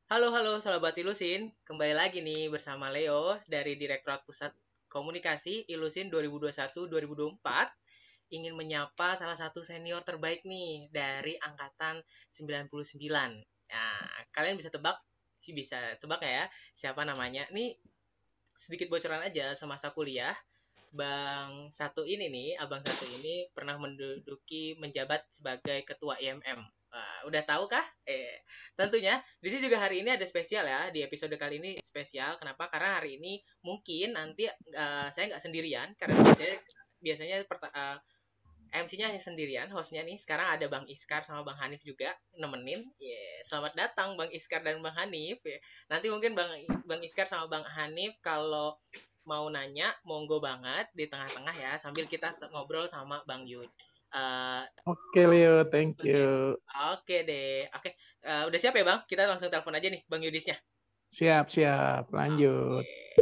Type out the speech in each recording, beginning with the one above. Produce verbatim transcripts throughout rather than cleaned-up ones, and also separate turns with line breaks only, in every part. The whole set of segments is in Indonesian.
Halo, halo, Sobat Ilusin. Kembali lagi nih bersama Leo dari Direktorat Pusat Komunikasi Ilusin dua ribu dua puluh satu dua ribu dua puluh empat. Ingin menyapa salah satu senior terbaik nih dari angkatan sembilan puluh sembilan. Nah, kalian bisa tebak, sih bisa tebak ya, siapa namanya? Nih sedikit bocoran aja semasa kuliah. Bang satu ini nih, abang satu ini pernah menduduki menjabat sebagai ketua I M M. Wah, udah tahu kah? Eh, tentunya di sini juga hari ini ada spesial ya. Di episode kali ini spesial. Kenapa? Karena hari ini mungkin nanti uh, saya nggak sendirian karena biasanya biasanya uh, M C-nya hanya sendirian, hostnya nih. Sekarang ada Bang Iskar sama Bang Hanif juga nemenin. Yeah. Selamat datang Bang Iskar dan Bang Hanif. Yeah. Nanti mungkin Bang Bang Iskar sama Bang Hanif kalau mau nanya, monggo banget di tengah-tengah ya, sambil kita ngobrol sama Bang Yud. Uh,
Oke Leo, thank
Oke, okay.
you.
Oke okay deh. Oke, okay. uh, udah siap ya Bang? Kita langsung telepon aja nih Bang Yudisnya.
Siap, siap. Lanjut.
Okay.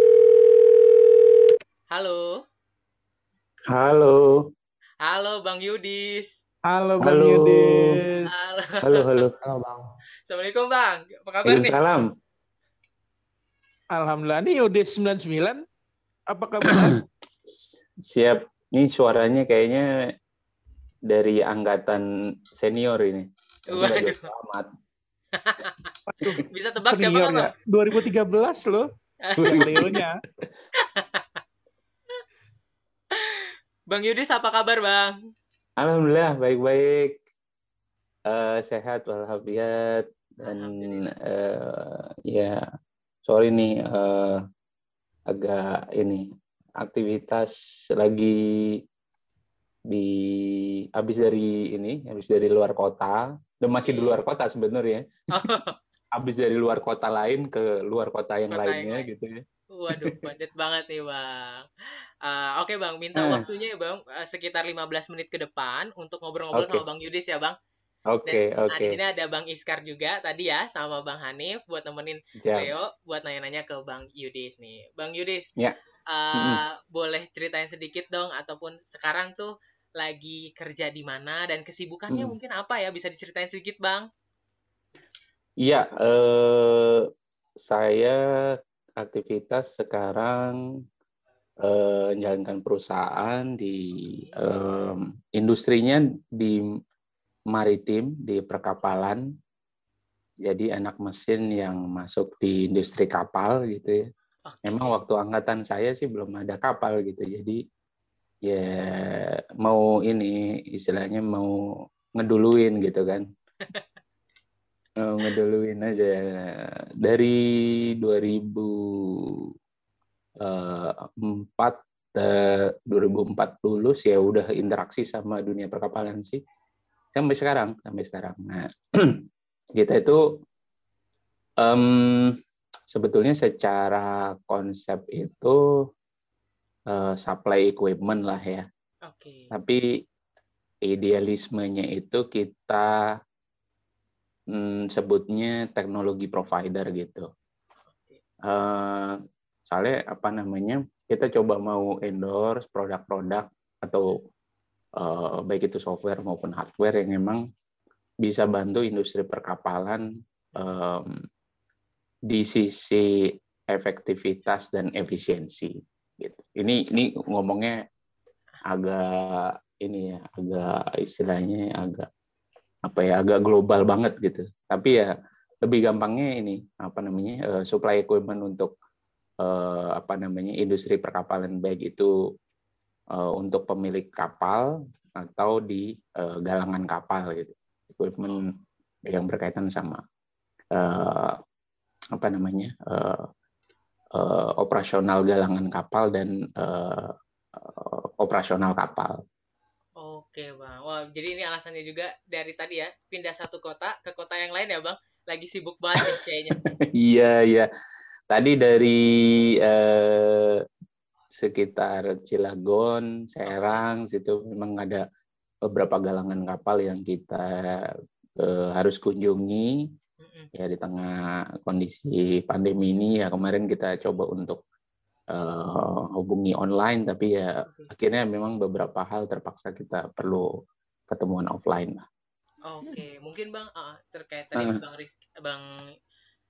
Halo.
Halo.
Halo Bang Yudis.
Halo Bang
Halo.
Yudis.
Halo.
Halo, halo. Halo Bang.
Assalamualaikum Bang. Apa kabar nih?
Waalaikumsalam.
Alhamdulillah, ini Yudis sembilan puluh sembilan. Apa kabar?
Siap. Ini suaranya kayaknya dari angkatan senior ini.
Waduh.
Amat.
Waduh,
bisa tebak
senior
siapa
ya? dua ribu tiga belas loh. Leo-nya.
Bang Yudis apa kabar Bang?
Alhamdulillah baik-baik. Uh, sehat walafiat dan uh, ya sorry nih uh, agak ini aktivitas lagi di habis dari ini habis dari luar kota dan masih di luar kota sebenarnya. Habis dari luar kota lain ke luar kota yang kota lainnya yang lain. Gitu ya.
Waduh, padat banget nih Bang. Uh, Oke okay, Bang, minta eh. waktunya ya Bang, uh, sekitar lima belas menit ke depan untuk ngobrol-ngobrol okay. sama Bang Yudis ya Bang.
Oke, okay, oke. Okay.
Nah, di sini ada Bang Iskar juga tadi ya sama Bang Hanif buat nemenin Jam. Leo buat nanya-nanya ke Bang Yudis nih. Bang Yudis,
ya.
uh, mm-hmm. boleh ceritain sedikit dong ataupun sekarang tuh lagi kerja di mana dan kesibukannya mm. mungkin apa ya, bisa diceritain sedikit Bang?
Iya, eh, saya aktivitas sekarang eh, menjalankan perusahaan di eh, industrinya di maritim, di perkapalan. Jadi anak mesin yang masuk di industri kapal gitu ya. Okay. Memang waktu angkatan saya sih belum ada kapal gitu. Jadi ya mau ini istilahnya mau ngeduluin gitu kan. mau ngeduluin aja. Dari dua ribu empat dua ribu empat lulus ya udah interaksi sama dunia perkapalan sih. Sampai sekarang, sampai sekarang. Nah, kita itu um, sebetulnya secara konsep itu uh, supply equipment lah ya.
Okay.
Tapi idealismenya itu kita um, sebutnya teknologi provider gitu. Okay. Uh, soalnya apa namanya kita coba mau endorse produk-produk atau uh, baik itu software maupun hardware yang memang bisa bantu industri perkapalan um, di sisi efektivitas dan efisiensi gitu. Ini ini ngomongnya agak ini ya, agak istilahnya agak apa ya, agak global banget gitu. Tapi ya lebih gampangnya ini apa namanya uh, supply equipment untuk uh, apa namanya industri perkapalan baik itu uh, untuk pemilik kapal atau di uh, galangan kapal gitu. Equipment yang berkaitan sama uh, apa namanya uh, uh, operasional galangan kapal dan uh, uh, operasional kapal.
Oke Bang, wah jadi ini alasannya juga dari tadi ya pindah satu kota ke kota yang lain ya Bang, lagi sibuk banget nih kayaknya.
Iya iya, tadi dari uh, sekitar Cilegon, Serang, okay. Situ memang ada beberapa galangan kapal yang kita uh, harus kunjungi. Mm-hmm. Ya di tengah kondisi pandemi ini ya kemarin kita coba untuk uh, hubungi online, tapi ya okay. Akhirnya memang beberapa hal terpaksa kita perlu ketemuan offline lah.
Oke, okay. Mungkin Bang uh, terkait tadi uh. Bang Rizky, Bang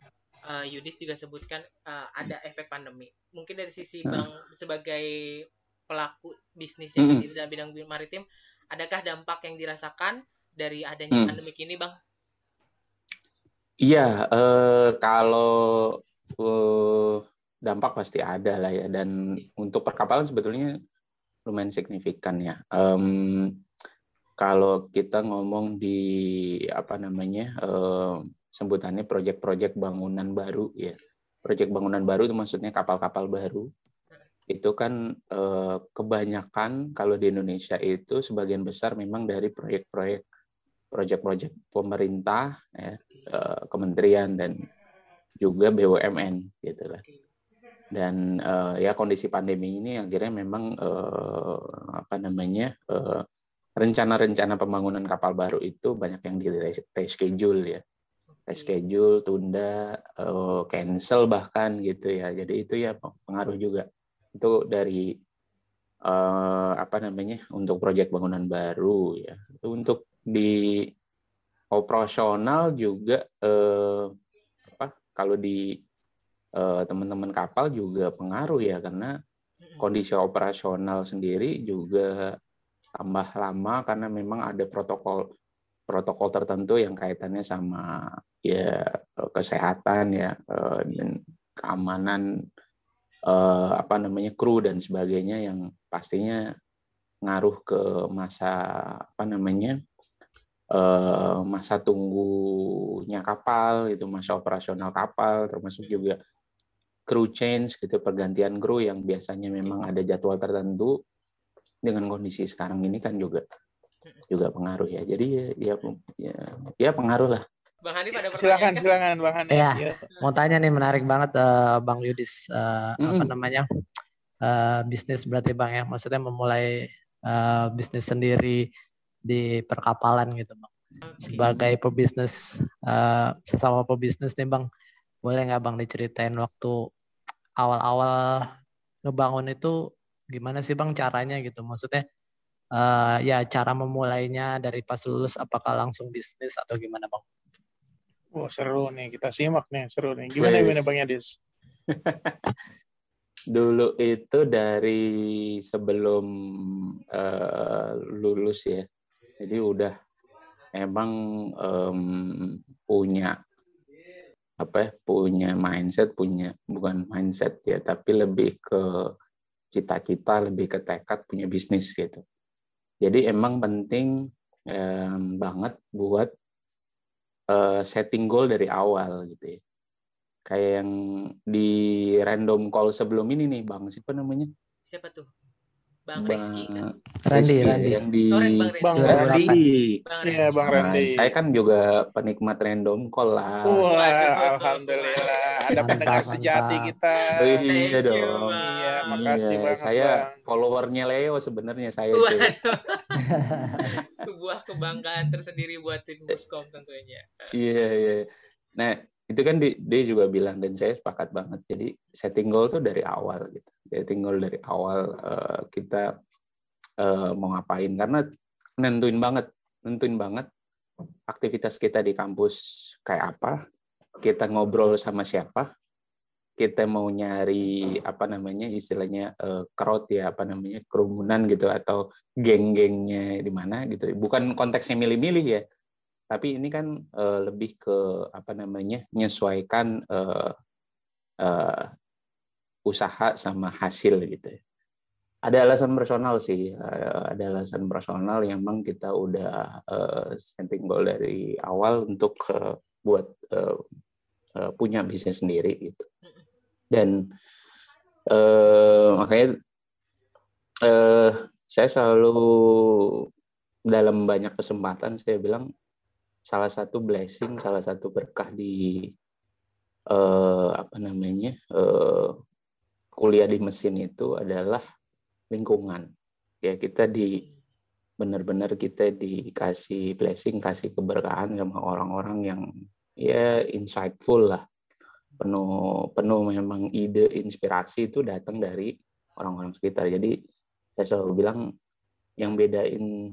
uh, Yudis juga sebutkan uh, ada efek pandemi. Mungkin dari sisi Bang sebagai pelaku bisnisnya
Mm-mm.
sendiri dalam bidang maritim, adakah dampak yang dirasakan dari adanya
Mm.
pandemi ini, Bang?
Iya, eh, kalau eh, dampak pasti ada lah ya. Dan untuk perkapalan sebetulnya lumayan signifikan ya. Em, kalau kita ngomong di apa namanya eh, sebutannya proyek-proyek bangunan baru ya. Proyek bangunan baru itu maksudnya kapal-kapal baru. Itu kan eh, kebanyakan kalau di Indonesia itu sebagian besar memang dari proyek-proyek proyek-proyek pemerintah ya, eh, kementerian dan juga B U M N gitu lah. Dan eh, ya kondisi pandemi ini akhirnya memang eh, apa namanya eh, rencana-rencana pembangunan kapal baru itu banyak yang di reschedule ya. Reschedule, tunda, uh, cancel bahkan gitu ya. Jadi itu ya pengaruh juga. Itu dari uh, apa namanya untuk proyek bangunan baru ya. Untuk di operasional juga uh, apa kalau di uh, teman-teman kapal juga pengaruh ya karena kondisi operasional sendiri juga tambah lama karena memang ada protokol protokol tertentu yang kaitannya sama ya kesehatan ya dan keamanan apa namanya kru dan sebagainya yang pastinya ngaruh ke masa apa namanya masa tunggunya kapal itu masa operasional kapal termasuk juga crew change gitu pergantian kru yang biasanya memang ada jadwal tertentu dengan kondisi sekarang ini kan juga juga pengaruh ya. Jadi ya ya, ya pengaruh lah.
Bang Hani pada
silakan silakan Bang Hani.
Ya, ya, mau tanya nih menarik banget uh, Bang Yudis uh, mm-hmm. apa namanya uh, bisnis berarti Bang ya, maksudnya memulai uh, bisnis sendiri di perkapalan gitu Bang. Sebagai pebisnis uh, sesama pebisnis nih Bang, boleh nggak Bang diceritain waktu awal-awal ngebangun itu gimana sih Bang caranya gitu, maksudnya Uh, ya cara memulainya dari pas lulus apakah langsung bisnis atau gimana Bang?
Wah, seru nih, kita simak nih, seru nih. Gimana gimana Bang Yudis?
Dulu itu dari sebelum uh, lulus ya, jadi udah emang um, punya apa ya, punya mindset, punya bukan mindset ya, tapi lebih ke cita-cita, lebih ke tekad punya bisnis gitu. Jadi emang penting eh, banget buat eh, setting goal dari awal gitu ya. Kayak yang di random call sebelum ini nih Bang, siapa namanya?
Siapa tuh? Bang Rizky kan?
Randy,
Rizky,
Randy.
yang di
oh, Bang
Randy.
Bang
Iya, Bang Randy.
Nah, saya kan juga penikmat random call lah.
Wah, alhamdulillah. Ada pendengar sejati kita.
Oh, iya
Thank you,
dong.
Bang.
Iya, makasih
iya,
banget
saya
Bang.
followernya Leo sebenarnya saya
Waduh.
itu.
Sebuah kebanggaan tersendiri buat tim Buskom tentunya.
Iya, iya. Nah, itu kan di, dia juga bilang dan saya sepakat banget. Jadi setting goal tuh dari awal gitu. Setting goal dari awal uh, kita uh, mau ngapain karena nentuin banget, nentuin banget aktivitas kita di kampus kayak apa, kita ngobrol sama siapa, kita mau nyari apa namanya istilahnya uh, crowd ya apa namanya kerumunan gitu atau geng-gengnya di mana gitu. Bukan konteksnya milih-milih ya. Tapi ini kan uh, lebih ke apa namanya menyesuaikan uh, uh, usaha sama hasil gitu. Ada alasan personal sih, uh, ada alasan personal yang memang kita udah uh, setting goal dari awal untuk uh, buat uh, uh, punya bisnis sendiri gitu. Dan uh, makanya uh, saya selalu dalam banyak kesempatan saya bilang salah satu blessing, salah satu berkah di eh, apa namanya eh, kuliah di mesin itu adalah lingkungan. Ya kita di benar-benar kita dikasih blessing, kasih keberkahan sama orang-orang yang ya insightful lah, penuh penuh memang ide, inspirasi itu datang dari orang-orang sekitar. Jadi saya selalu bilang yang bedain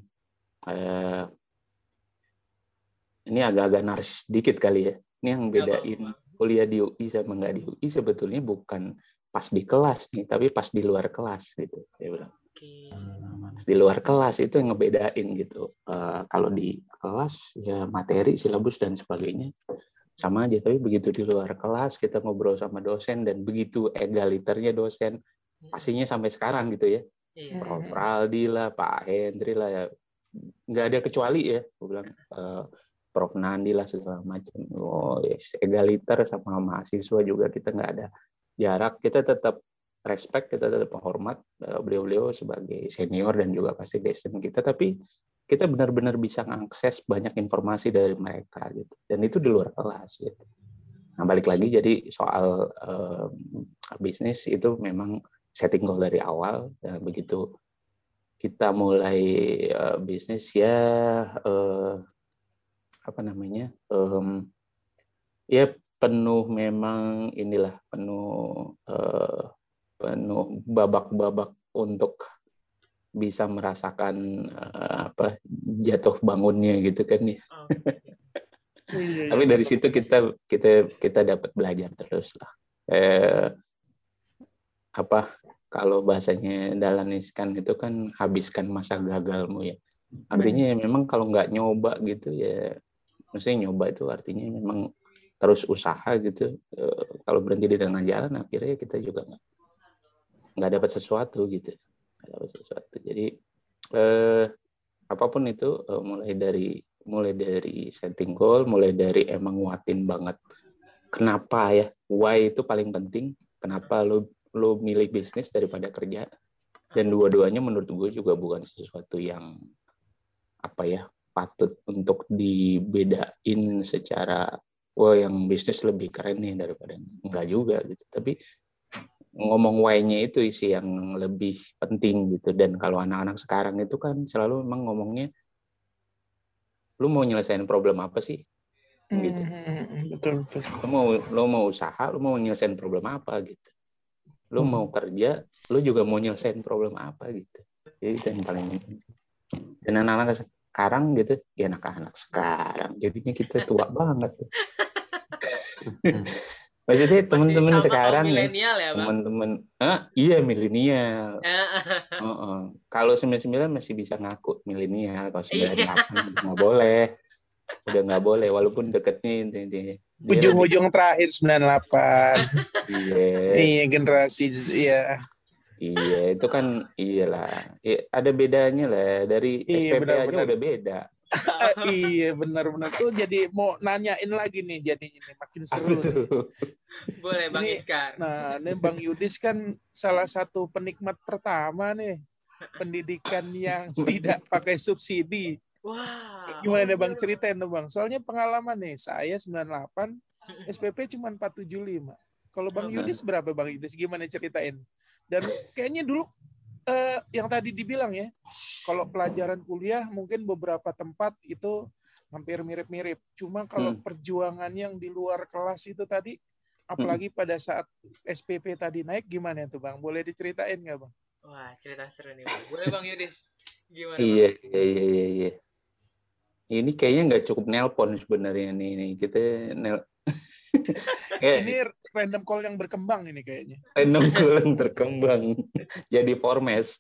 eh, ini agak-agak narsis sedikit kali ya. Ini yang bedain kuliah di U I sama nggak di U I sebetulnya bukan pas di kelas nih, tapi pas di luar kelas gitu. Dia bilang.
Oke.
Pas di luar kelas itu yang ngebedain gitu. Uh, kalau di kelas ya materi, silabus dan sebagainya sama aja, tapi begitu di luar kelas kita ngobrol sama dosen dan begitu egaliternya dosen, pastinya sampai sekarang gitu ya.
Iya.
Prof Raldi lah, Pak Hendri lah, ya nggak ada kecuali ya, gue bilang uh, Prof Nandi lah segala macam. Oh, yes. Egaliter sama mahasiswa juga kita nggak ada jarak, kita tetap respect, kita tetap menghormat uh, beliau-beliau sebagai senior dan juga pasti dosen kita, tapi kita benar-benar bisa mengakses banyak informasi dari mereka gitu, dan itu di luar kelas gitu. Nah balik lagi jadi soal uh, bisnis itu memang setting goal dari awal. Dan begitu kita mulai uh, bisnis ya uh, apa namanya um, ya penuh memang inilah penuh uh, penuh babak-babak untuk bisa merasakan uh, apa jatuh bangunnya gitu kan ya. Okay. Tapi dari situ kita kita kita dapat belajar terus lah. Eh, apa kalau bahasanya Dalaniskan itu kan habiskan masa gagalmu ya. Artinya memang kalau nggak nyoba gitu ya, maksudnya nyoba itu artinya memang terus usaha gitu. Eh, kalau berhenti di tengah jalan akhirnya kita juga nggak nggak dapat sesuatu gitu. Dapat sesuatu. Jadi eh, apapun itu eh, mulai dari mulai dari setting goal, mulai dari emang nguatin banget kenapa ya, why itu paling penting, kenapa lo lo milih bisnis daripada kerja, dan dua-duanya menurut gue juga bukan sesuatu yang apa ya patut untuk dibedain secara wah yang bisnis lebih keren nih daripada enggak juga gitu, tapi ngomong why-nya itu isi yang lebih penting gitu. Dan kalau anak-anak sekarang itu kan selalu memang ngomongnya lu mau nyelesain problem apa sih gitu.
Betul betul.
Lu mau lu mau usaha, lu mau nyelesain problem apa gitu. Lu
hmm.
mau kerja, lu juga mau nyelesain problem apa gitu. Jadi itu yang paling penting. Dan anak-anak sekarang gitu, ya anak-anak sekarang jadinya kita tua banget tuh. Maksudnya teman-teman sekarang ya,
ya
teman-teman, ah iya milenial. uh -uh. Kalau sembilan puluh sembilan masih bisa ngaku milenial, kalau sembilan puluh delapan nggak boleh, udah nggak boleh, walaupun deketnya ini.
Ujung-ujung terakhir sembilan puluh delapan.
Iya.
Iya generasi, iya.
Iya itu kan iyalah, ya, ada bedanya lah dari
iya,
S P P
benar,
aja
benar.
udah beda.
Iya benar-benar tuh, jadi mau nanyain lagi nih jadinya nih makin seru nih.
Boleh Bang
ini,
Iskar.
Nah ini Bang Yudis kan salah satu penikmat pertama nih pendidikan yang tidak pakai subsidi.
Wah.
Gimana oh, Bang iya. Ceritain dong Bang, soalnya pengalaman nih saya sembilan puluh delapan S P P cuma empat ratus tujuh puluh lima. Kalau Bang Yudis berapa Bang Yudis, gimana ceritain? Dan kayaknya dulu Uh, yang tadi dibilang ya, kalau pelajaran kuliah mungkin beberapa tempat itu hampir mirip-mirip. Cuma kalau hmm. perjuangan yang di luar kelas itu tadi, apalagi hmm. pada saat S P P tadi naik, gimana tuh Bang? Boleh diceritain nggak Bang?
Wah, cerita seru nih Bang. Boleh Bang Yudis? Gimana
iya,
Bang?
Iya, iya, iya, iya. Ini kayaknya nggak cukup nelpon sebenarnya nih, nih. Kita nel
ini random call yang berkembang ini kayaknya.
Random call yang berkembang jadi formes.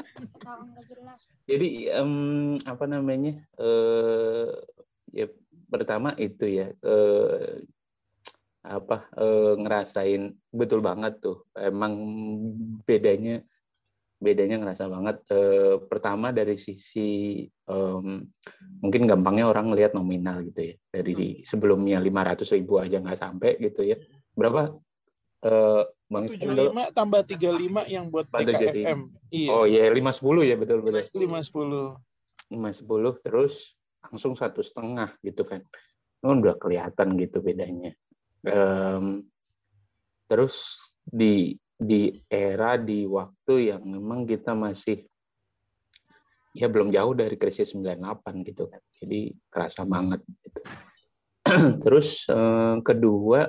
Jadi um, apa namanya? Uh, ya pertama itu ya uh, apa uh, ngerasain betul banget tuh. Emang bedanya bedanya ngerasa banget. Uh, pertama dari sisi um, mungkin gampangnya orang lihat nominal gitu ya, dari sebelumnya lima ratus ribu aja nggak sampai gitu ya, berapa uh, Bang
tujuh puluh lima tambah tiga puluh lima yang buat P K F M.
Iya. Oh iya, lima sepuluh ya, betul betul.
lima sepuluh.
lima sepuluh terus langsung satu setengah gitu kan. Itu udah kelihatan gitu bedanya. Um, terus di di era di waktu yang memang kita masih ya belum jauh dari krisis sembilan puluh delapan gitu kan. Jadi kerasa banget gitu. Terus um, kedua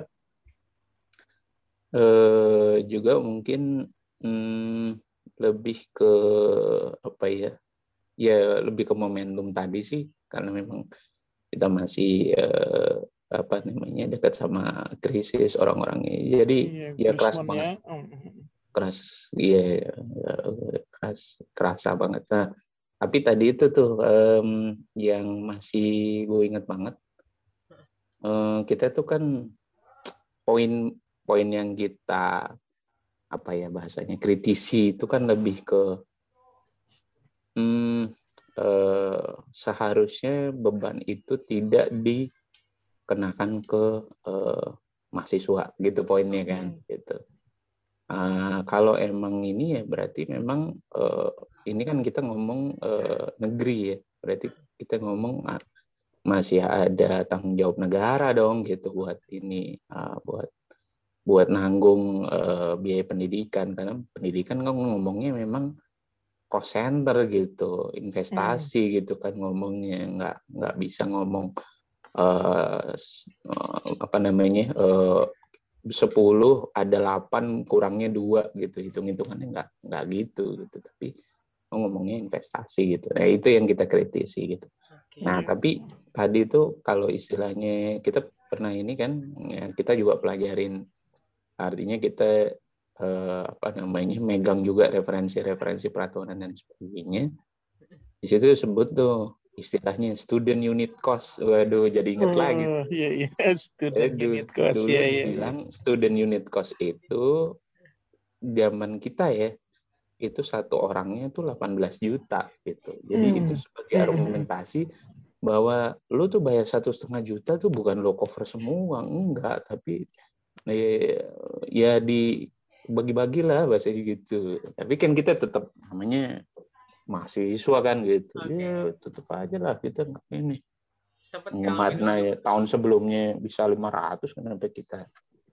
Uh, juga mungkin hmm, lebih ke apa ya ya lebih ke momentum tadi sih, karena memang kita masih uh, apa namanya dekat sama krisis orang-orangnya. Jadi
Iya,
ya keras
Krismon
banget.
ya. Mm.
Keras, iya, ya, keras, kerasa banget. Nah, tapi tadi itu tuh em, yang masih gue ingat banget, eh, kita tuh kan poin-poin yang kita apa ya bahasanya kritisi itu kan lebih ke hmm, eh, seharusnya beban itu tidak dikenakan ke eh, mahasiswa gitu poinnya kan gitu. Uh, kalau emang ini ya berarti memang uh, ini kan kita ngomong uh, negeri ya, berarti kita ngomong uh, masih ada tanggung jawab negara dong gitu buat ini uh, buat buat nanggung uh, biaya pendidikan, karena pendidikan kan ngomongnya memang cost center gitu, investasi hmm. gitu kan ngomongnya, nggak nggak bisa ngomong uh, apa namanya uh, sepuluh ada delapan kurangnya dua gitu, hitung-hitungannya nggak nggak gitu gitu, tapi ngomongnya investasi gitu. Nah itu yang kita kritisi gitu. Okay. Nah tapi tadi itu kalau istilahnya kita pernah ini kan ya, kita juga pelajarin, artinya kita eh, apa namanya megang juga referensi-referensi peraturan dan sebagainya. Di situ disebut tuh istilahnya student unit cost. Waduh, jadi inget oh, lagi.
Iya, iya. Student
Dulu,
unit cost.
Dulu
iya, iya.
bilang student unit cost itu zaman kita ya, itu satu orangnya itu delapan belas juta gitu. Jadi hmm. itu sebagai argumentasi bahwa lu tuh bayar satu setengah juta tuh bukan lo cover semua, enggak, tapi ya, ya di bagi-bagilah bahasanya gitu. Tapi kan kita tetap namanya mahasiswa kan gitu. Okay. Ya tutup aja lah kita ini. Ngematna ya tahun sebelumnya bisa lima ratus kan sampai kita.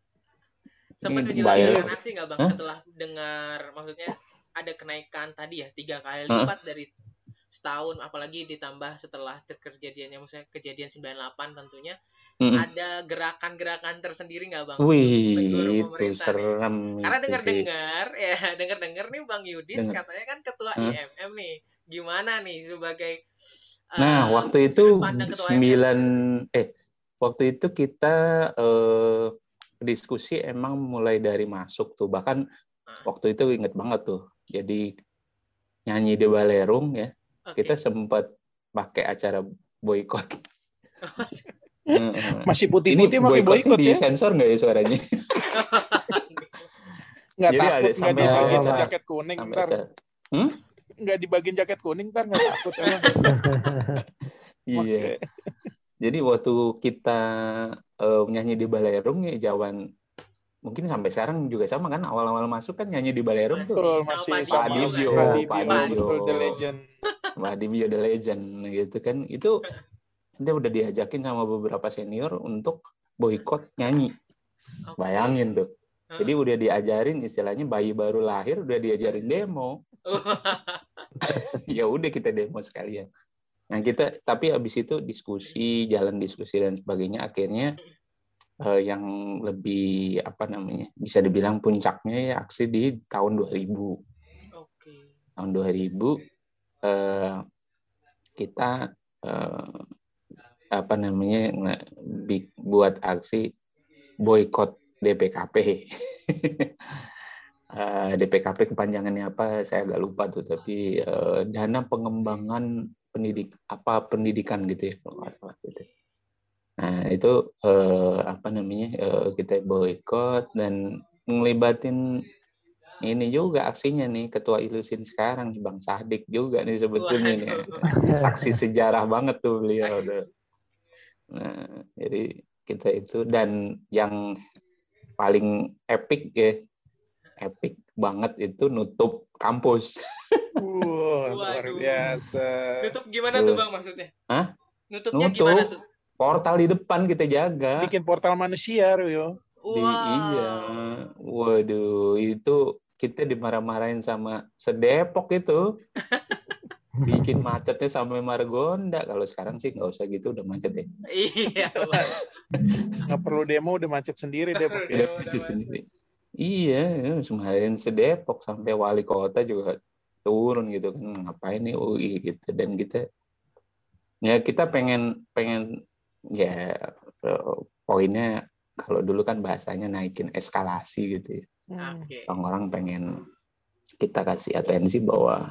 Sempat menjelaskan aksi nggak Bang? Huh? Setelah dengar maksudnya ada kenaikan tadi ya tiga kali lipat huh? dari setahun, apalagi ditambah setelah kejadiannya maksudnya kejadian sembilan puluh delapan tentunya. Mm-hmm. Ada gerakan-gerakan tersendiri nggak Bang?
Wih, itu serem.
Karena dengar-dengar, ya dengar-dengar nih Bang Yudis Dengar. Katanya kan ketua huh? I M M nih. Gimana nih sebagai
Nah, uh, waktu itu sembilan eh waktu itu kita eh, diskusi emang mulai dari masuk tuh. Bahkan uh. waktu itu inget banget tuh. Jadi nyanyi di Balerung ya. Okay. Kita sempat pakai acara boykot.
Masih putih-putih pakai boykot ya?
Di sensor nggak ya suaranya?
Nggak takut nggak dibagiin jaket kuning ntar. Hmm? Nggak dibagiin jaket kuning ntar nggak takut emang.
Iya. Jadi waktu kita uh, nyanyi di Balerung ya Jawan, mungkin sampai sekarang juga sama kan, awal-awal masuk kan nyanyi di Balerung
masih,
tuh.
Masih
Pak Adibio,
Pak Adibio,
The Legend. Pak Adibio The Legend gitu kan. Itu dia udah diajakin sama beberapa senior untuk boykot nyanyi. Okay. Bayangin tuh. Jadi udah diajarin istilahnya bayi baru lahir udah diajarin demo. Ya udah kita demo sekalian. Nah kita tapi habis itu diskusi, jalan diskusi dan sebagainya, akhirnya eh, yang lebih apa namanya bisa dibilang puncaknya ya aksi di tahun dua ribu. Okay. Tahun dua ribu eh, kita eh, apa namanya buat aksi boykot D P K P. uh, D P K P kepanjangannya apa saya agak lupa tuh, tapi uh, dana pengembangan pendidik apa pendidikan gitu ya kalau nggak salah gitu. Nah itu uh, apa namanya uh, kita boykot dan ngelibatin ini juga aksinya nih ketua Ilusin sekarang Bang Sadik juga nih sebetulnya nih, saksi sejarah banget tuh beliau tuh. Nah, jadi kita itu, dan yang paling epic ya, epic banget itu nutup kampus.
Wow, luar biasa.
Nutup gimana tuh Bang maksudnya?
Hah?
Nutupnya
Nutup.
Gimana tuh?
Portal di depan kita jaga.
Bikin portal manusia, Rio.
Wow. Di, iya. Waduh, itu kita dimarah-marahin sama sedepok itu. Bikin macetnya sampai Margonda. Kalau sekarang sih nggak usah gitu, udah macet ya.
Iya.
Nggak perlu demo, udah macet sendiri deh.
Udah macet sendiri. Iya, semarin sedepok sampai wali kota juga turun gitu kan, ngapain nih U I gitu. Dan kita ya kita pengen pengen ya poinnya kalau dulu kan bahasanya naikin eskalasi gitu ya.
Hmm. Okay.
Orang-orang pengen kita kasih atensi bahwa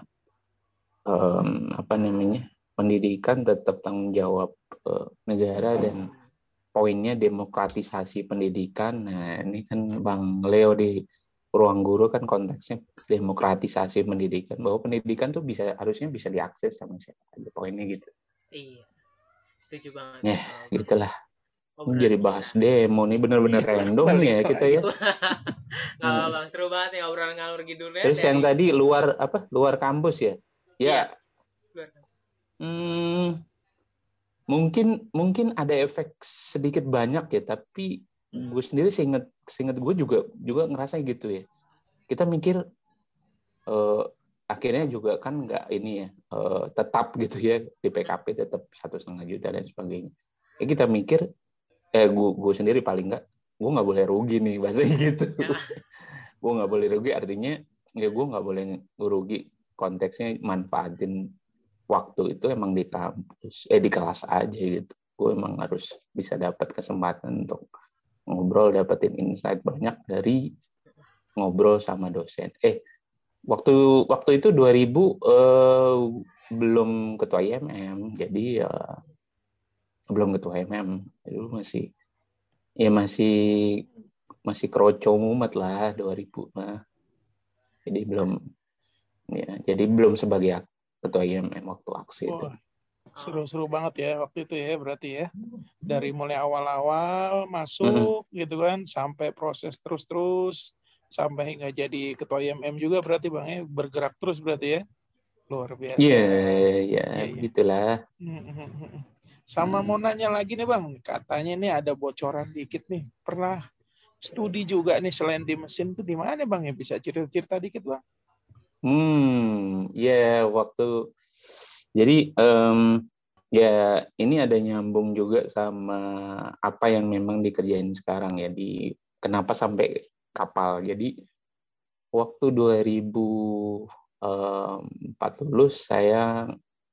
um, apa namanya pendidikan tetap tanggung jawab uh, negara dan poinnya demokratisasi pendidikan. Nah ini kan Bang Leo di Ruang Guru kan konteksnya demokratisasi pendidikan, bahwa pendidikan tuh bisa harusnya bisa diakses sama siapa aja, poinnya gitu.
Iya, setuju banget.
Ya,
oh,
gitulah.
Oh,
jadi bahas demo nih bener-bener random nih ya kita ya.
Nggak apa bang, seru banget ya obrolan ngalur ngidulnya.
Terus dari... yang tadi luar apa? Luar kampus ya? Ya.
Iya. Luar kampus.
Hmm, mungkin mungkin ada efek sedikit banyak ya, tapi hmm. gue sendiri seinget seinget gue juga juga ngerasa gitu ya. Kita mikir uh, akhirnya juga kan nggak ini ya uh, tetap gitu ya di P K P tetap satu setengah juta dan sebagainya. Ya kita mikir eh gue gue sendiri paling nggak gue nggak boleh rugi nih bahasanya gitu. Ya. Gue nggak boleh rugi artinya ya gue nggak boleh rugi, konteksnya manfaatin waktu itu emang di kampus eh di kelas aja gitu. Gue emang harus bisa dapat kesempatan untuk ngobrol, dapetin insight banyak dari ngobrol sama dosen. Eh waktu waktu itu dua ribu eh, belum ketua I M M, jadi ya belum ketua I M M, dulu masih ya masih masih kroco mumet lah dua ribu mah. Jadi belum ya jadi belum sebagai ketua I M M waktu aksi itu.
Oh, seru-seru banget ya waktu itu ya, berarti ya. Dari mulai awal-awal masuk mm-hmm. gitu kan sampai proses terus-terus sampai hingga jadi ketua I M M juga berarti Bang ya, bergerak terus berarti ya. Luar biasa.
Iya, yeah, ya yeah, begitulah.
Mm-hmm. Sama mau nanya lagi nih Bang, katanya nih ada bocoran dikit nih, pernah studi juga nih selain di mesin tuh di mana Bang ya, bisa cerita-cerita dikit Bang?
Hmm, ya yeah, waktu jadi um, ya ini ada nyambung juga sama apa yang memang dikerjain sekarang ya di kenapa sampai kapal. Jadi waktu dua ribu empat lulus saya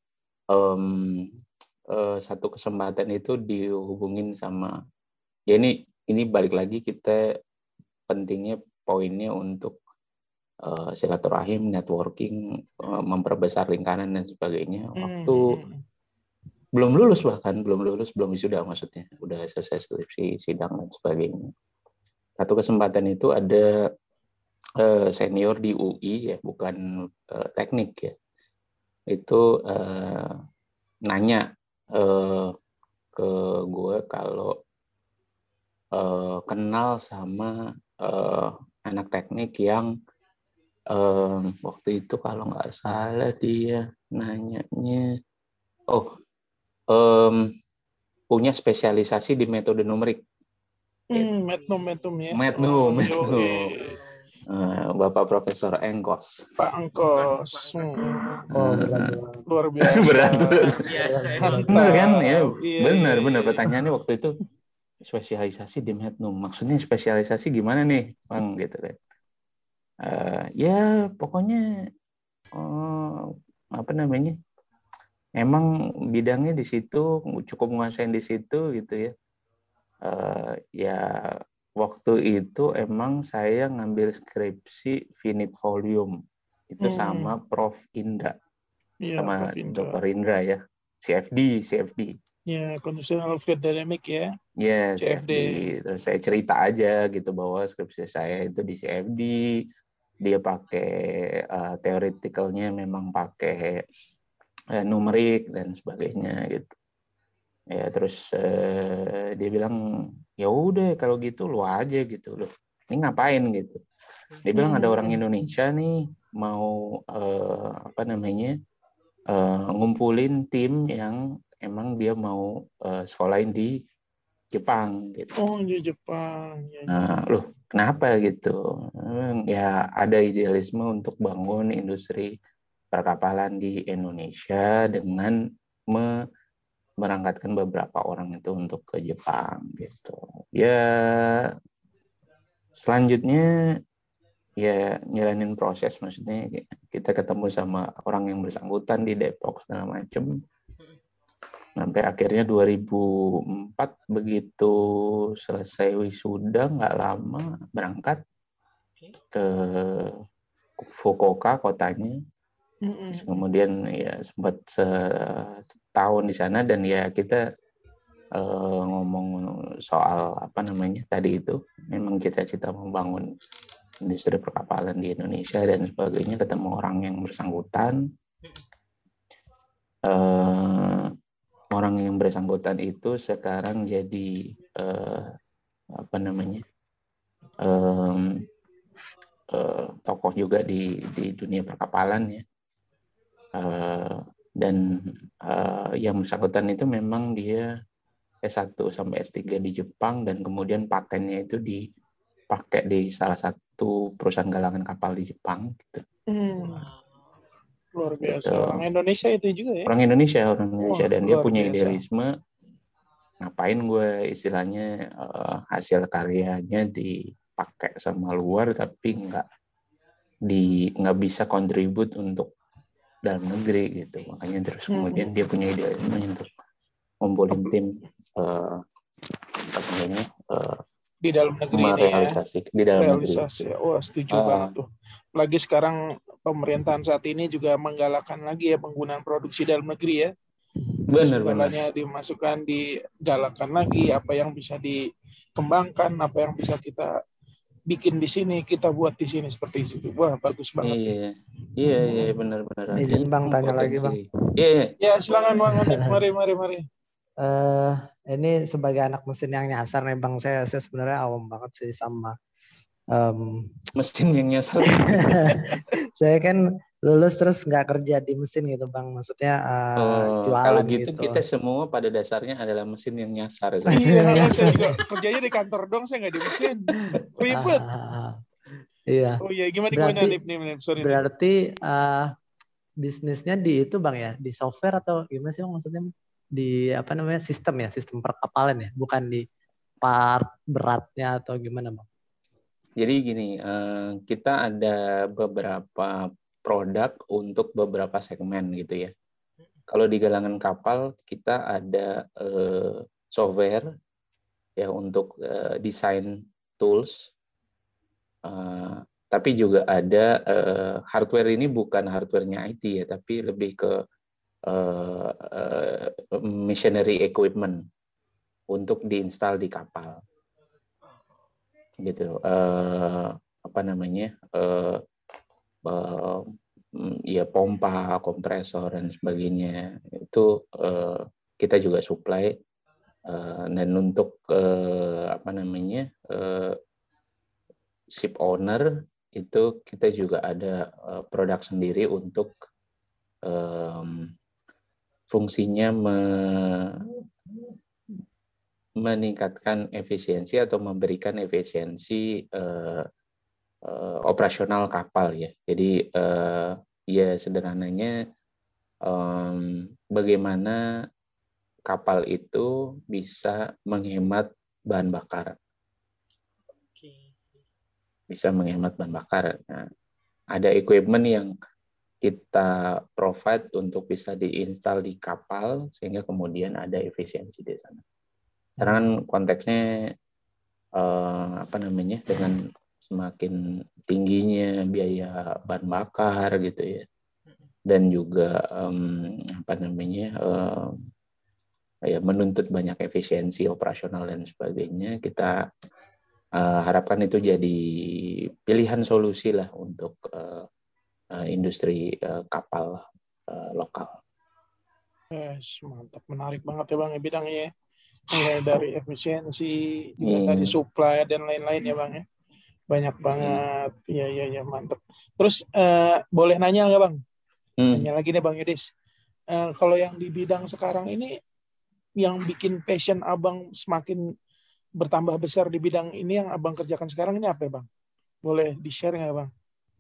um, Uh, satu kesempatan itu dihubungin sama ya ini ini balik lagi kita pentingnya poinnya untuk uh, silaturahim, networking, uh, memperbesar lingkaran dan sebagainya. Waktu hmm. belum lulus bahkan belum lulus belum wisuda maksudnya udah selesai skripsi, sidang dan sebagainya. Satu kesempatan itu ada uh, senior di U I ya bukan uh, teknik ya itu uh, nanya Uh, ke gue kalau uh, kenal sama uh, anak teknik yang um, waktu itu kalau nggak salah dia nanyanya oh um, punya spesialisasi di metode numerik.
Hmm, metnum metnum ya.
Metnum, oh, metnum. Uh, Bapak Profesor Engkos.
Pak Engkos. Hmm.
Oh, berat.
Luar biasa.
berat, berat. Benar kan? Ya,
iya,
benar,
iya,
benar.
iya.
Pertanyaannya waktu itu spesialisasi di metnum. Maksudnya spesialisasi gimana nih, Bang? Gitu kan. Uh, ya, pokoknya uh, apa namanya? Emang bidangnya di situ cukup menguasain di situ gitu ya. Uh, ya waktu itu emang saya ngambil skripsi finite volume itu hmm. sama Prof Indra ya, sama Doktor Indra ya C F D C F D
ya conditional fluid dynamic ya
ya yes, C F D. Terus saya cerita aja gitu bahwa skripsi saya itu di C F D dia pakai uh, theoreticalnya memang pakai uh, numerik dan sebagainya gitu. Ya terus uh, dia bilang ya udah kalau gitu lu aja gitu loh. Ini ngapain gitu. Dia bilang ada orang Indonesia nih mau uh, apa namanya uh, ngumpulin tim yang emang dia mau uh, sekolahin di Jepang gitu.
Oh di Jepang. Ya,
nah loh kenapa gitu. Ya ada idealisme untuk bangun industri perkapalan di Indonesia dengan me berangkatkan beberapa orang itu untuk ke Jepang gitu. Ya selanjutnya ya nyalanin proses, maksudnya kita ketemu sama orang yang bersangkutan di Depok segala macem. Sampai akhirnya dua ribu empat begitu selesai wisuda nggak lama berangkat ke Fukuoka kotanya. Terus kemudian ya sempat setahun di sana dan ya kita uh, ngomong soal apa namanya tadi itu memang cita-cita membangun industri perkapalan di Indonesia dan sebagainya, ketemu orang yang bersangkutan. Uh, orang yang bersangkutan itu sekarang jadi uh, apa namanya um, uh, tokoh juga di di dunia perkapalan ya. Uh, dan uh, yang bersangkutan itu memang dia S satu sampai S tiga di Jepang dan kemudian patennya itu dipakai di salah satu perusahaan galangan kapal di Jepang gitu.
Hmm. Luar biasa. Gitu. Orang Indonesia itu juga ya?
Orang Indonesia, orang Indonesia. Oh, dan dia punya biasa. Idealisme, ngapain gue istilahnya uh, hasil karyanya dipakai sama luar tapi nggak di nggak bisa kontribut untuk dalam negeri gitu. Makanya terus kemudian hmm. dia punya idealisme untuk ngumpulin tim uh, apa namanya uh,
di dalam negeri
merealisasi
ya.
di dalam
realisasi.
negeri.
Wah, setuju uh, banget tuh. Lagi sekarang pemerintahan saat ini juga menggalakkan lagi ya penggunaan produksi dalam negeri ya.
Benar benar.
Dimasukkan, digalakkan lagi apa yang bisa dikembangkan, apa yang bisa kita bikin di sini, kita buat di sini seperti itu. Wah, bagus banget.
Iya. Iya, iya benar benar.
Izin Bang tanya potensi. Lagi, Bang.
Iya, iya.
Ya, silakan Bang. Mari mari mari.
Uh, ini sebagai anak mesin yang nyasar nih Bang, saya, saya sebenarnya awam banget sih sama um,
mesin yang nyasar.
Saya kan lulus terus nggak kerja di mesin gitu Bang, maksudnya uh,
oh,
jualan
kalau gitu,
gitu.
Kita semua pada dasarnya adalah mesin yang nyasar.
Iya, saya juga kerjanya di kantor dong, saya nggak di mesin. Ribet.
Uh, iya.
Oh iya, gimana
berarti,
gimana Nip, Nip, Nip. Sorry,
berarti uh, bisnisnya di itu Bang ya, di software atau gimana sih Bang maksudnya? Di apa namanya sistem ya, sistem perkapalan ya, bukan di part beratnya atau gimana Bang?
Jadi gini, kita ada beberapa produk untuk beberapa segmen gitu ya. Kalau di galangan kapal kita ada software ya untuk desain tools, tapi juga ada hardware. Ini bukan hardwarenya I T ya, tapi lebih ke Uh, uh, machinery equipment untuk diinstal di kapal, gitu. Uh, apa namanya? Uh, uh, ya pompa, kompresor dan sebagainya itu uh, kita juga supply. Uh, dan untuk uh, apa namanya? Uh, ship owner itu kita juga ada uh, produk sendiri untuk um, fungsinya me, meningkatkan efisiensi atau memberikan efisiensi uh, uh, operasional kapal ya. Jadi uh, ya sederhananya um, bagaimana kapal itu bisa menghemat bahan bakar, bisa menghemat bahan bakar. Nah, ada equipment yang kita provide untuk bisa diinstal di kapal sehingga kemudian ada efisiensi di sana. Sekarang konteksnya eh, apa namanya dengan semakin tingginya biaya bahan bakar gitu ya, dan juga um, apa namanya um, ya menuntut banyak efisiensi operasional dan sebagainya. Kita uh, harapkan itu jadi pilihan solusi lah untuk uh, Uh, industri uh, kapal uh, lokal.
Yes, mantap, menarik banget ya Bang ya bidangnya ya. Ya, dari efisiensi, juga hmm. tadi supply dan lain-lain ya Bang ya. Banyak banget. Iya hmm. iya iya mantap. Terus uh, boleh nanya nggak Bang? Hmm. Nanya lagi nih Bang Yudis. Uh, kalau yang di bidang sekarang ini yang bikin passion Abang semakin bertambah besar di bidang ini yang Abang kerjakan sekarang ini apa ya Bang? Boleh di-share nggak Bang?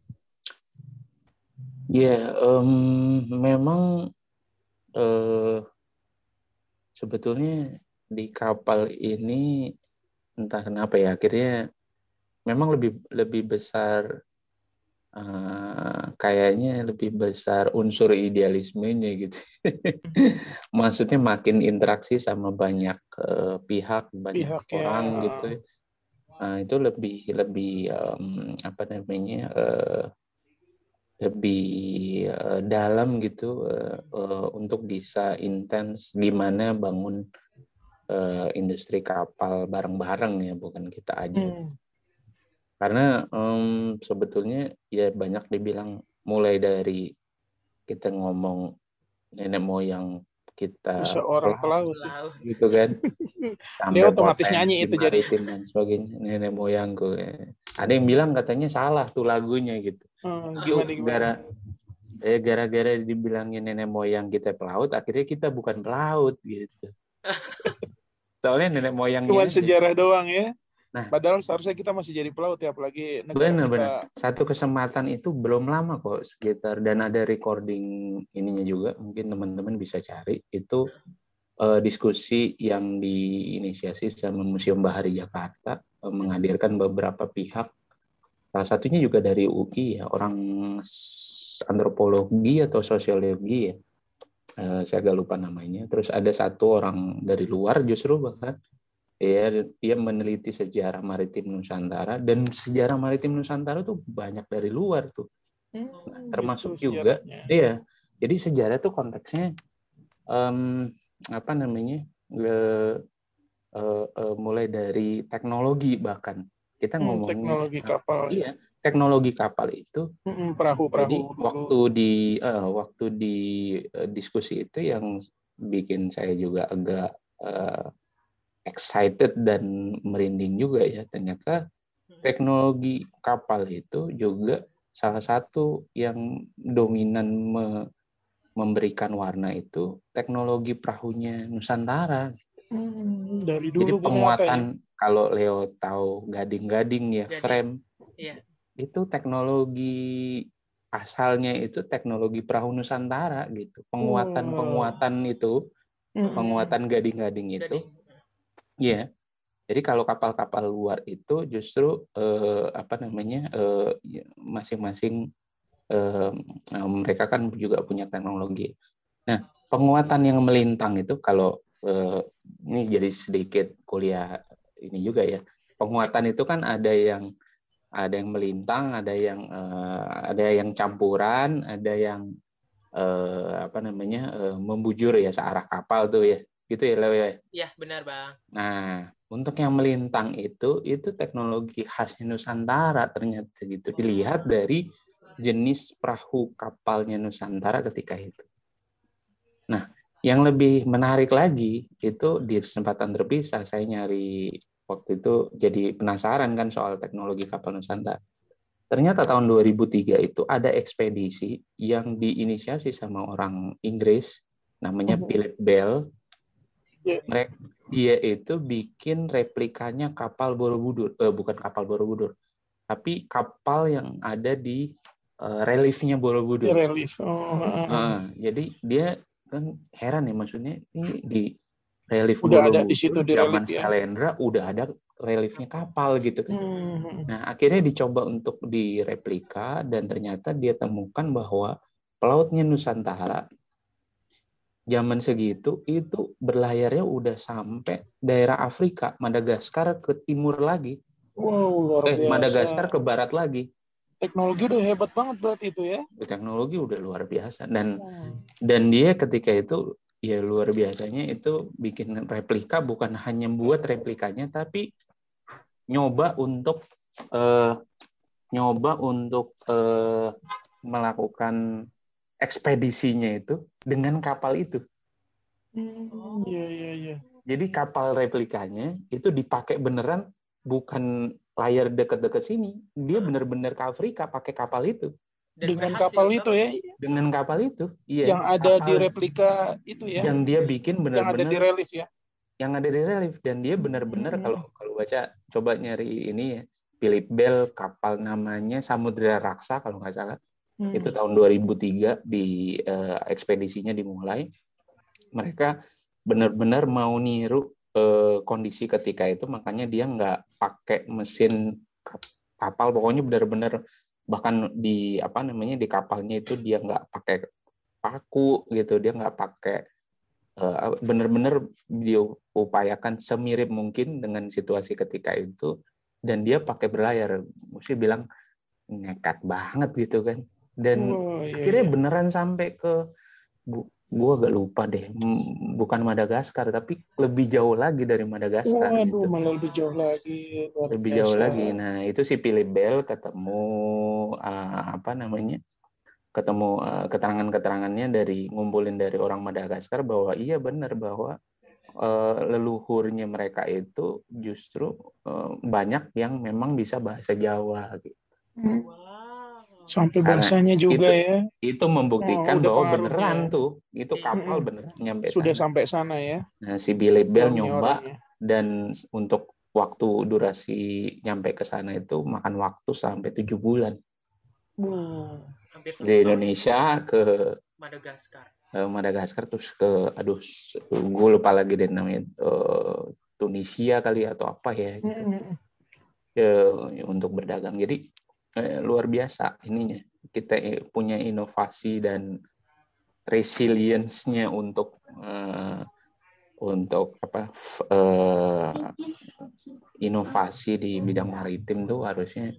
Ya, um, memang uh, sebetulnya di kapal ini entah kenapa ya akhirnya memang lebih lebih besar uh, kayaknya lebih besar unsur idealismenya gitu. Maksudnya makin interaksi sama banyak uh, pihak, banyak
Pihak
orang
ya.
gitu. Nah, itu lebih lebih um, apa namanya uh, lebih uh, dalam gitu uh, uh, untuk bisa intens gimana bangun uh, industri kapal bareng-bareng ya, bukan kita aja.
Hmm.
Karena um, sebetulnya ya banyak dibilang mulai dari kita ngomong nenek moyang kita
Seorang
pelaut,
pelaut.
gitu kan. Sampai
Dia otomatis
potensi
nyanyi itu jadi.
maritim dan sebagainya, nenek moyangku. Ada yang bilang katanya salah tuh lagunya gitu.
Hmm,
Tuh,
gimana gimana?
gara eh gara-gara dibilangin nenek moyang kita pelaut, akhirnya kita bukan pelaut gitu. Soalnya nenek moyangnya
Cuma
aja.
sejarah doang ya.
Nah,
padahal seharusnya kita masih jadi pelaut ya, apalagi negara
benar-benar
kita.
satu kesempatan itu belum lama kok, sekitar, dan ada recording ininya juga, mungkin teman-teman bisa cari itu. Uh, diskusi yang diinisiasi sama Museum Bahari Jakarta, uh, menghadirkan beberapa pihak, salah satunya juga dari U I ya, orang antropologi atau sosiologi ya, uh, saya agak lupa namanya. Terus ada satu orang dari luar justru bahkan ya, dia meneliti sejarah maritim Nusantara, dan sejarah maritim Nusantara tuh banyak dari luar tuh. Nah, termasuk
gitu
juga
sejarahnya.
iya, jadi sejarah tuh konteksnya um, apa namanya uh, uh, uh, mulai dari teknologi, bahkan kita
hmm,
ngomongnya
teknologi kapal.
uh, iya, teknologi kapal itu.
Hmm, perahu-perahu.
Jadi waktu di uh, waktu di uh, diskusi itu yang bikin saya juga agak uh, excited dan merinding juga ya, ternyata teknologi kapal itu juga salah satu yang dominan me memberikan warna itu teknologi perahunya Nusantara.
Hmm, dari dulu
Jadi penguatan
ya?
Kalau Leo tahu gading-gading ya, gading. Frame,
iya.
Itu teknologi asalnya itu teknologi perahu Nusantara gitu. Penguatan-penguatan itu, penguatan gading-gading itu, ya. Jadi kalau kapal-kapal luar itu justru eh, apa namanya eh, masing-masing eh, mereka kan juga punya teknologi. Nah, penguatan yang melintang itu kalau eh, ini jadi sedikit kuliah ini juga ya. Penguatan itu kan ada yang ada yang melintang, ada yang eh, ada yang campuran, ada yang eh, apa namanya eh, membujur ya searah kapal tuh ya. Gitu ya, Leo ya.
Iya, benar, Bang.
Nah, untuk yang melintang itu itu teknologi khas Nusantara ternyata gitu. Dilihat dari jenis perahu kapalnya Nusantara ketika itu. Nah, yang lebih menarik lagi itu di kesempatan terpisah saya nyari waktu itu, jadi penasaran kan soal teknologi kapal Nusantara. Ternyata tahun dua ribu tiga itu ada ekspedisi yang diinisiasi sama orang Inggris namanya Philip Bell. Mereka dia itu bikin replikanya kapal Borobudur, eh, bukan kapal Borobudur, tapi kapal yang ada di uh, reliefnya Borobudur.
Relief. Oh,
nah, jadi dia kan heran ya, maksudnya ini di relief
udah
Borobudur,
ada di situ di
zaman
relief ya.
Skalendra udah ada reliefnya kapal gitu kan. Hmm. Nah, akhirnya dicoba untuk direplika dan ternyata dia temukan bahwa pelautnya Nusantara zaman segitu itu berlayarnya udah sampai daerah Afrika, Madagaskar ke timur lagi.
Wow, luar
eh,
biasa.
Madagaskar ke barat lagi.
Teknologi udah hebat banget berarti itu ya.
Teknologi udah luar biasa, dan hmm. dan dia ketika itu ya luar biasanya itu bikin replika, bukan hanya buat replikanya tapi nyoba untuk eh, nyoba untuk eh, melakukan ekspedisinya itu dengan kapal itu.
Hmm, iya iya iya.
Jadi kapal replikanya itu dipakai beneran, bukan layar deket-deket sini. Dia bener-bener ke Afrika pakai kapal itu.
Dan dengan kapal itu ya?
Dengan kapal itu, iya.
Yang ada
kapal
di replika itu ya?
Yang dia bikin bener-bener.
Yang ada di relief ya?
Yang ada di relief, dan dia bener-bener hmm. kalau kalau baca, coba nyari ini ya, Philip Bell, kapal namanya Samudra Raksa kalau nggak salah. Hmm. Itu tahun dua ribu tiga di uh, ekspedisinya dimulai. Mereka benar-benar mau niru eh, kondisi ketika itu, makanya dia nggak pakai mesin kapal, pokoknya benar-benar bahkan di apa namanya di kapalnya itu dia nggak pakai paku gitu, dia nggak pakai uh, benar-benar dia upayakan semirip mungkin dengan situasi ketika itu, dan dia pakai berlayar. Mesti bilang nekat banget gitu kan, dan
Oh, iya,
akhirnya
iya.
beneran sampai ke bu, gua agak lupa deh, bukan Madagaskar tapi lebih jauh lagi dari Madagaskar.
Waduh,
gitu.
malah lebih jauh lagi, luar
Lebih
biasa.
jauh lagi. Nah itu si Philip Bell ketemu uh, apa namanya ketemu uh, keterangan-keterangannya dari ngumpulin dari orang Madagaskar bahwa iya benar bahwa uh, leluhurnya mereka itu justru uh, banyak yang memang bisa bahasa Jawa gitu.
Hmm.
Wow.
Sampai
Karena
bahasanya juga
itu,
ya.
itu membuktikan
Oh, udah
bahwa
pengaruhnya.
beneran tuh itu kapal
Mm-mm.
beneran nyampe
Sudah
sana.
sampai sana ya.
Nah si Philip Bell
Orangnya,
nyoba
orangnya.
dan untuk waktu durasi nyampe ke sana itu makan waktu sampai tujuh bulan.
Uh.
Hampir
Di Indonesia ke
Madagaskar.
Uh, Madagaskar terus ke aduh gue lupa lagi deh namanya uh, Tunisia kali atau apa ya gitu.
Mm-mm.
Uh, untuk berdagang. Jadi uh, luar biasa ininya. Kita punya inovasi dan resilience-nya untuk uh, untuk apa uh, inovasi di bidang maritim tuh harusnya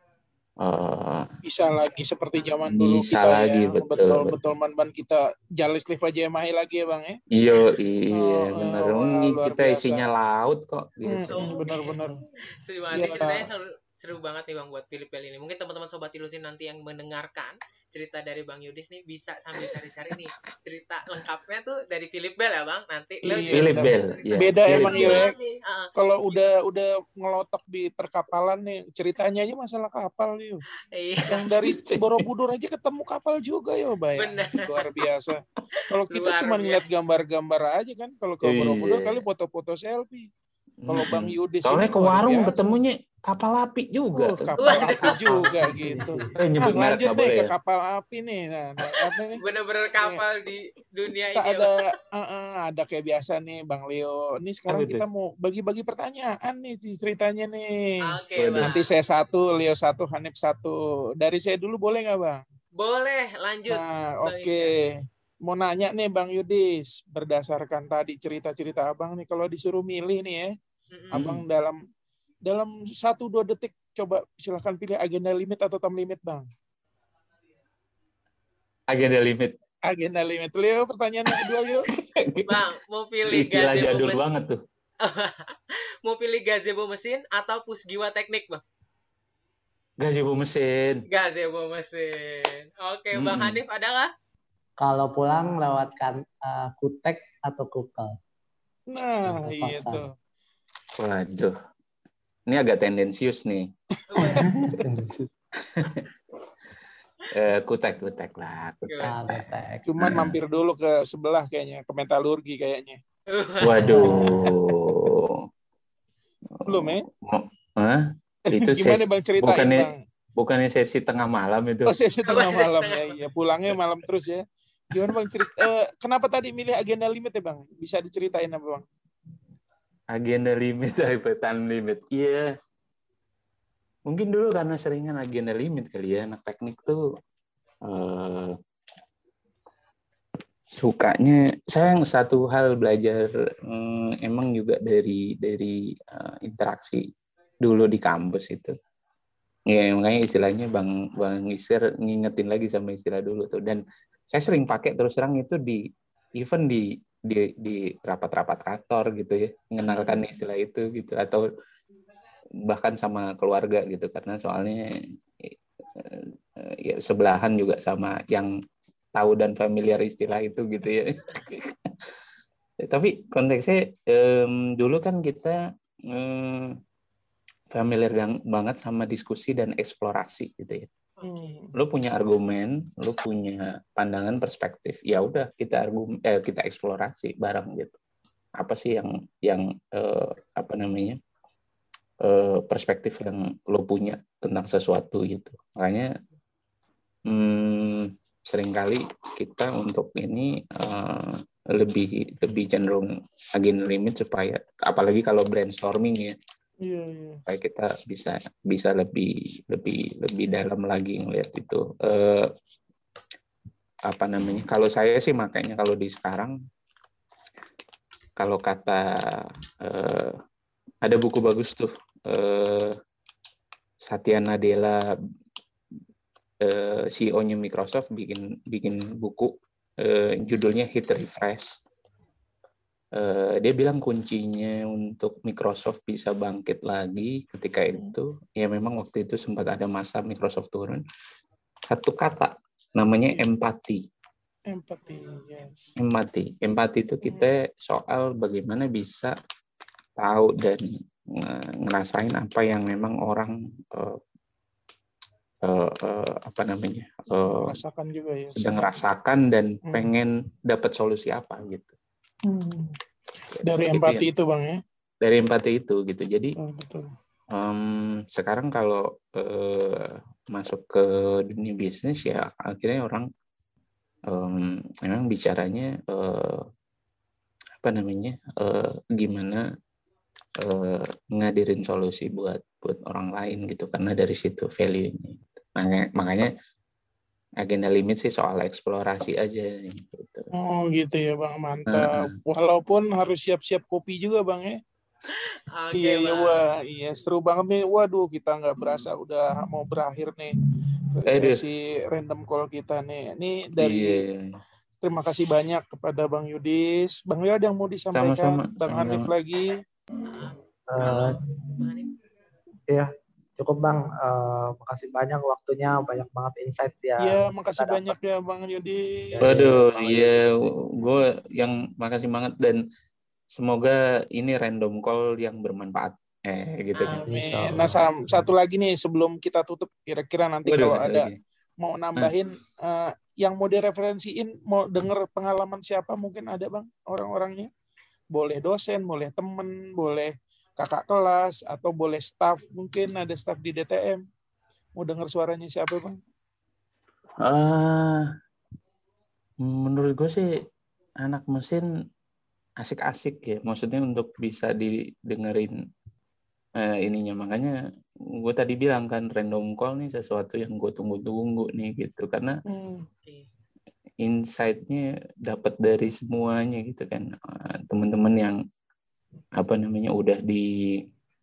uh,
bisa lagi seperti zaman dulu
bisa
kita
lagi,
ya,
betul
betul-betul ban-ban kita jalis lift aja M I lagi ya bang ya.
Iya, iya
Oh,
bener.
wah,
Ini
luar
kita
biasa.
isinya laut kok gitu.
Hmm, benar-benar.
Seru banget.
Ya.
Ini ceritanya seru, seru banget nih bang buat Philip Bell ini. Mungkin teman-teman sobat Ilusin nanti yang mendengarkan cerita dari Bang Yudis nih bisa sambil cari-cari nih cerita lengkapnya tuh dari Philip Bell ya bang. Nanti
Iya,
Leo juga
Philip
bisa
Bell,
cerita.
ya.
Beda
Philip
emang
Bell.
ya.
Uh,
Kalau udah udah ngelotok di perkapalan nih, ceritanya aja masalah kapal nih.
iya.
Yang dari Borobudur aja ketemu kapal juga ya, bayang.
Bener.
Luar biasa. Kalau kita
Luar
cuma ngeliat
biasa.
gambar-gambar aja kan, kalau ke Borobudur kali foto-foto selfie. Kalau Bang Yudis
soalnya
ini
ke
luar
warung
biasa.
ketemunya kapal api juga.
Uh, kapal
Waduh.
api juga gitu.
Eh, nyebut
Ah,
merek
lanjut
nggak
nih
boleh
ke
ya?
kapal api nih. Nah, nah apa nih?
Bener-bener kapal di dunia
Kita
ini ya
ada
bang.
uh, uh, ada kayak biasa nih Bang Leo. Ini sekarang
Apa itu?
kita mau bagi-bagi pertanyaan nih ceritanya nih.
Oke okay, bang.
Nanti saya satu, Leo satu, Hanif satu. Dari saya dulu boleh nggak Bang?
Boleh, lanjut.
Nah, oke. Okay. Mau nanya nih Bang Yudis, berdasarkan tadi cerita-cerita Abang nih, kalau disuruh milih nih ya, mm-hmm. Abang dalam dalam satu dua detik coba silahkan pilih agenda limit atau time limit Bang.
Agenda limit.
Agenda limit. Leo, pertanyaan yang kedua Leo.
Bang, mau pilih
istilah
gazebo
jadul
mesin.
banget tuh.
Mau pilih gazebo mesin atau pusgiwa teknik Bang?
Gazebo mesin.
Gazebo mesin. Oke, mm-hmm. Bang Hanif ada nggak?
Kalau pulang lewatkan uh, Kutek atau Kukel.
Nah, iya tuh.
Waduh. Ini agak tendensius nih. uh, kutek, kutek lah. Kutek.
Ah, kutek.
Cuman mampir dulu ke sebelah kayaknya, ke metalurgi kayaknya.
Waduh.
Belum ya?
Hah? Itu
gimana
ses-
Bang ceritain
bukannya,
Bang?
Bukannya sesi tengah malam itu.
Oh, sesi tengah malam ya. Iya, pulangnya malam terus ya. Gimana Bang cerita? Eh, kenapa tadi milih agenda limit ya Bang? Bisa diceritain apa Bang?
Agenda limit, time limit. Iya. Yeah. Mungkin dulu karena seringan agenda limit kali ya. Anak teknik tuh uh, sukanya. Saya yang satu hal belajar um, emang juga dari dari uh, interaksi dulu di kampus itu. Ya makanya istilahnya Bang Bang Isir ngingetin lagi sama istilah dulu tuh, dan saya sering pakai terus terang itu di even di di di rapat-rapat kantor gitu ya, mengenalkan istilah itu gitu, atau bahkan sama keluarga gitu, karena soalnya ya sebelahan juga sama yang tahu dan familiar istilah itu gitu ya. Tapi konteksnya um, dulu kan kita um, familiar banget sama diskusi dan eksplorasi gitu ya. Hmm. Lo punya argumen, lo punya pandangan perspektif, ya udah kita argumen, eh, kita eksplorasi bareng gitu. Apa sih yang yang eh, apa namanya eh, perspektif yang lo punya tentang sesuatu gitu. Makanya hmm, seringkali kita untuk ini eh, lebih lebih cenderung agenda limit supaya, apalagi kalau brainstorming ya.
Iya, iya.
Supaya kita bisa bisa lebih lebih lebih dalam lagi ngelihat itu. Eh, apa namanya? Kalau saya sih makanya kalau di sekarang, kalau kata eh, ada buku bagus tuh, eh, Satya Nadella, eh, C E O-nya Microsoft bikin bikin buku, eh, judulnya Hit Refresh. Uh, dia bilang kuncinya untuk Microsoft bisa bangkit lagi ketika itu, ya memang waktu itu sempat ada masa Microsoft turun. Satu kata, namanya empati.
Empati, yes.
Empati. Empati itu kita soal bagaimana bisa tahu dan ngerasain apa yang memang orang uh, uh, uh, apa namanya uh,
rasakan juga ya.
sedang rasakan dan hmm. pengen dapat solusi apa gitu.
Hmm. Dari gitu empati ya. Itu bang ya?
Dari empati itu gitu. Jadi
oh, betul.
Um, sekarang kalau uh, masuk ke dunia bisnis ya akhirnya orang um, memang bicaranya uh, apa namanya uh, gimana uh, ngadirin solusi buat buat orang lain gitu, karena dari situ value-nya. Makanya, makanya agenda limit sih soal eksplorasi aja gitu.
Oh gitu ya bang, mantap. Uh-uh. Walaupun harus siap-siap kopi juga bang ya.
Okay,
iya
bang.
iya wah iya seru banget nih. Waduh kita nggak berasa udah mau berakhir nih sesi Aduh. random call kita nih. Ini dari yeah. Terima kasih banyak kepada Bang Yudis. Bang Leo ada yang mau disampaikan?
Sama-sama.
Bang
Sama-sama.
Hanif lagi.
Uh, Iya. Cukup Bang, uh, makasih banyak waktunya, banyak banget insight ya.
Iya, makasih banyak ya Bang Yudi.
Waduh, iya, gue yang makasih banget dan semoga ini random call yang bermanfaat. Eh, gitu kan.
Amin. Nah, satu lagi nih sebelum kita tutup, kira-kira nanti Waduh, kalau ada lagi. Mau nambahin, hmm. uh, yang mau direferensiin, mau denger pengalaman siapa mungkin ada Bang orang-orangnya? Boleh dosen, boleh temen, boleh kakak kelas, atau boleh staff, mungkin ada staff di D T M. Mau denger suaranya siapa, Bang?
Uh, menurut gue sih anak mesin asik-asik ya. Maksudnya untuk bisa didengerin uh, ininya. Makanya gue tadi bilang kan random call nih sesuatu yang gue tunggu-tunggu nih gitu. Karena hmm. insight-nya dapat dari semuanya gitu kan. Uh, teman-teman yang apa namanya udah di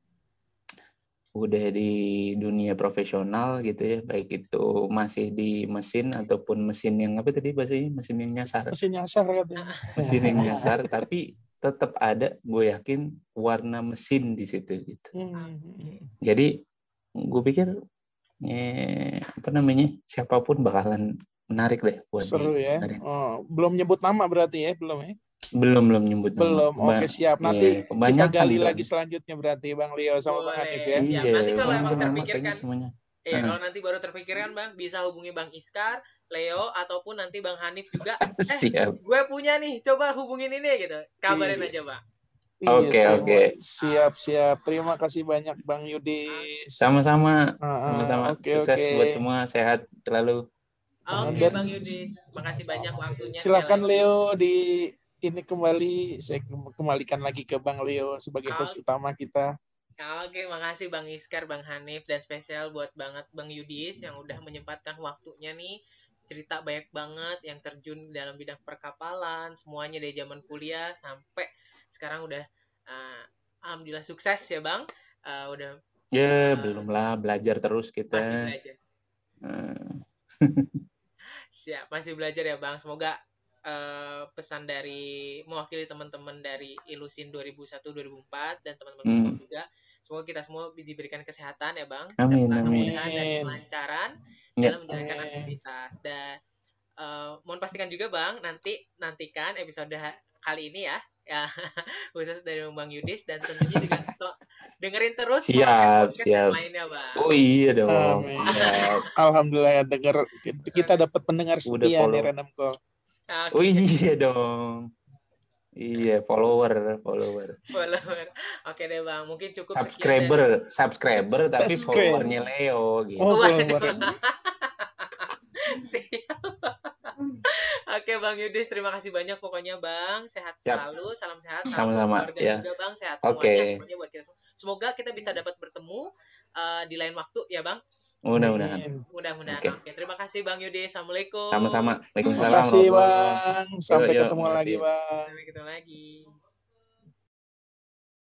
udah di dunia profesional gitu ya, baik itu masih di mesin ataupun mesin yang apa tadi bahasanya, mesin yang nyasar.
Mesin nyasar katanya.
Mesin yang nyasar, tapi tetap ada, gue yakin warna mesin di situ gitu. Hmm. Jadi gue pikir eh, apa namanya siapapun bakalan menarik deh buat
seru
di,
ya. Oh, belum nyebut nama berarti ya, belum ya?
Belum belum nyebut
belum
nama.
Oke siap nanti yeah, kita gali kan. Lagi selanjutnya berarti Bang Leo sama Boleh. Bang Hanif ya.
Siap.
Iya,
Nanti kalau
bang,
emang terpikirkan
semuanya.
Eh uh. kalau nanti baru terpikirkan Bang bisa hubungi Bang Iskar, Leo ataupun nanti Bang Hanif juga. Eh siap. Gue punya nih, coba hubungin ini gitu. Kabarin iya. aja Bang.
Oke okay, oke. Okay.
Siap siap. Terima kasih banyak Bang Yudis.
Sama-sama.
Uh,
Sama-sama.
Okay,
Sukses
okay.
buat semua, sehat selalu.
Oke okay, Bang Yudis, makasih banyak waktunya.
Silakan Leo di ini kembali, saya kembalikan lagi ke Bang Leo sebagai host okay. utama kita.
Oke, makasih Bang Iskar, Bang Hanif, dan spesial buat banget Bang Yudis yang udah menyempatkan waktunya nih. Cerita banyak banget yang terjun dalam bidang perkapalan, semuanya dari zaman kuliah sampai sekarang udah uh, alhamdulillah sukses ya Bang. Uh, udah
Ya, yeah, uh, belum lah, belajar terus kita.
Masih belajar. Uh. Siap, masih belajar ya Bang. Semoga Uh, pesan dari mewakili teman-teman dari Ilusin dua ribu satu dua ribu empat dan teman-teman hmm. semua juga, semoga kita semua diberikan kesehatan ya Bang,
amin,
serta
amin.
kemudahan dan kelancaran ya. dalam menjalankan amin. aktivitas. Dan uh, mohon pastikan juga Bang, nanti nantikan episode kali ini ya, ya khusus dari Bang Yudis, dan tentunya juga to- dengerin terus podcast yang lainnya Bang.
Oh iya dong. Siap.
Alhamdulillah denger kita dapat pendengar setia nih Random Call.
Okay. Oh iya dong. Iya, follower, follower.
Follower. Oke deh Bang, mungkin cukup
subscriber, sekian dari... subscriber tapi Subscribe. followernya Leo gitu.
Oh, follower.
Oke Bang Yudis, terima kasih banyak pokoknya Bang. Sehat selalu, salam sehat, salam
sama-sama
keluarga
ya.
juga Bang, sehat semuanya.
Okay.
Semuanya buat kita semua. semoga kita bisa dapat bertemu uh, di lain waktu ya Bang.
Mudah-mudahan.
Mudah-mudahan.
Oke.
Oke, terima kasih Bang Yudi. Assalamualaikum.
Sama-sama.
Terima
Waalaikumsalam.
kasih Bang. Sampai
Yuk, yuk,
ketemu
makasih.
lagi Bang.
Sampai ketemu lagi.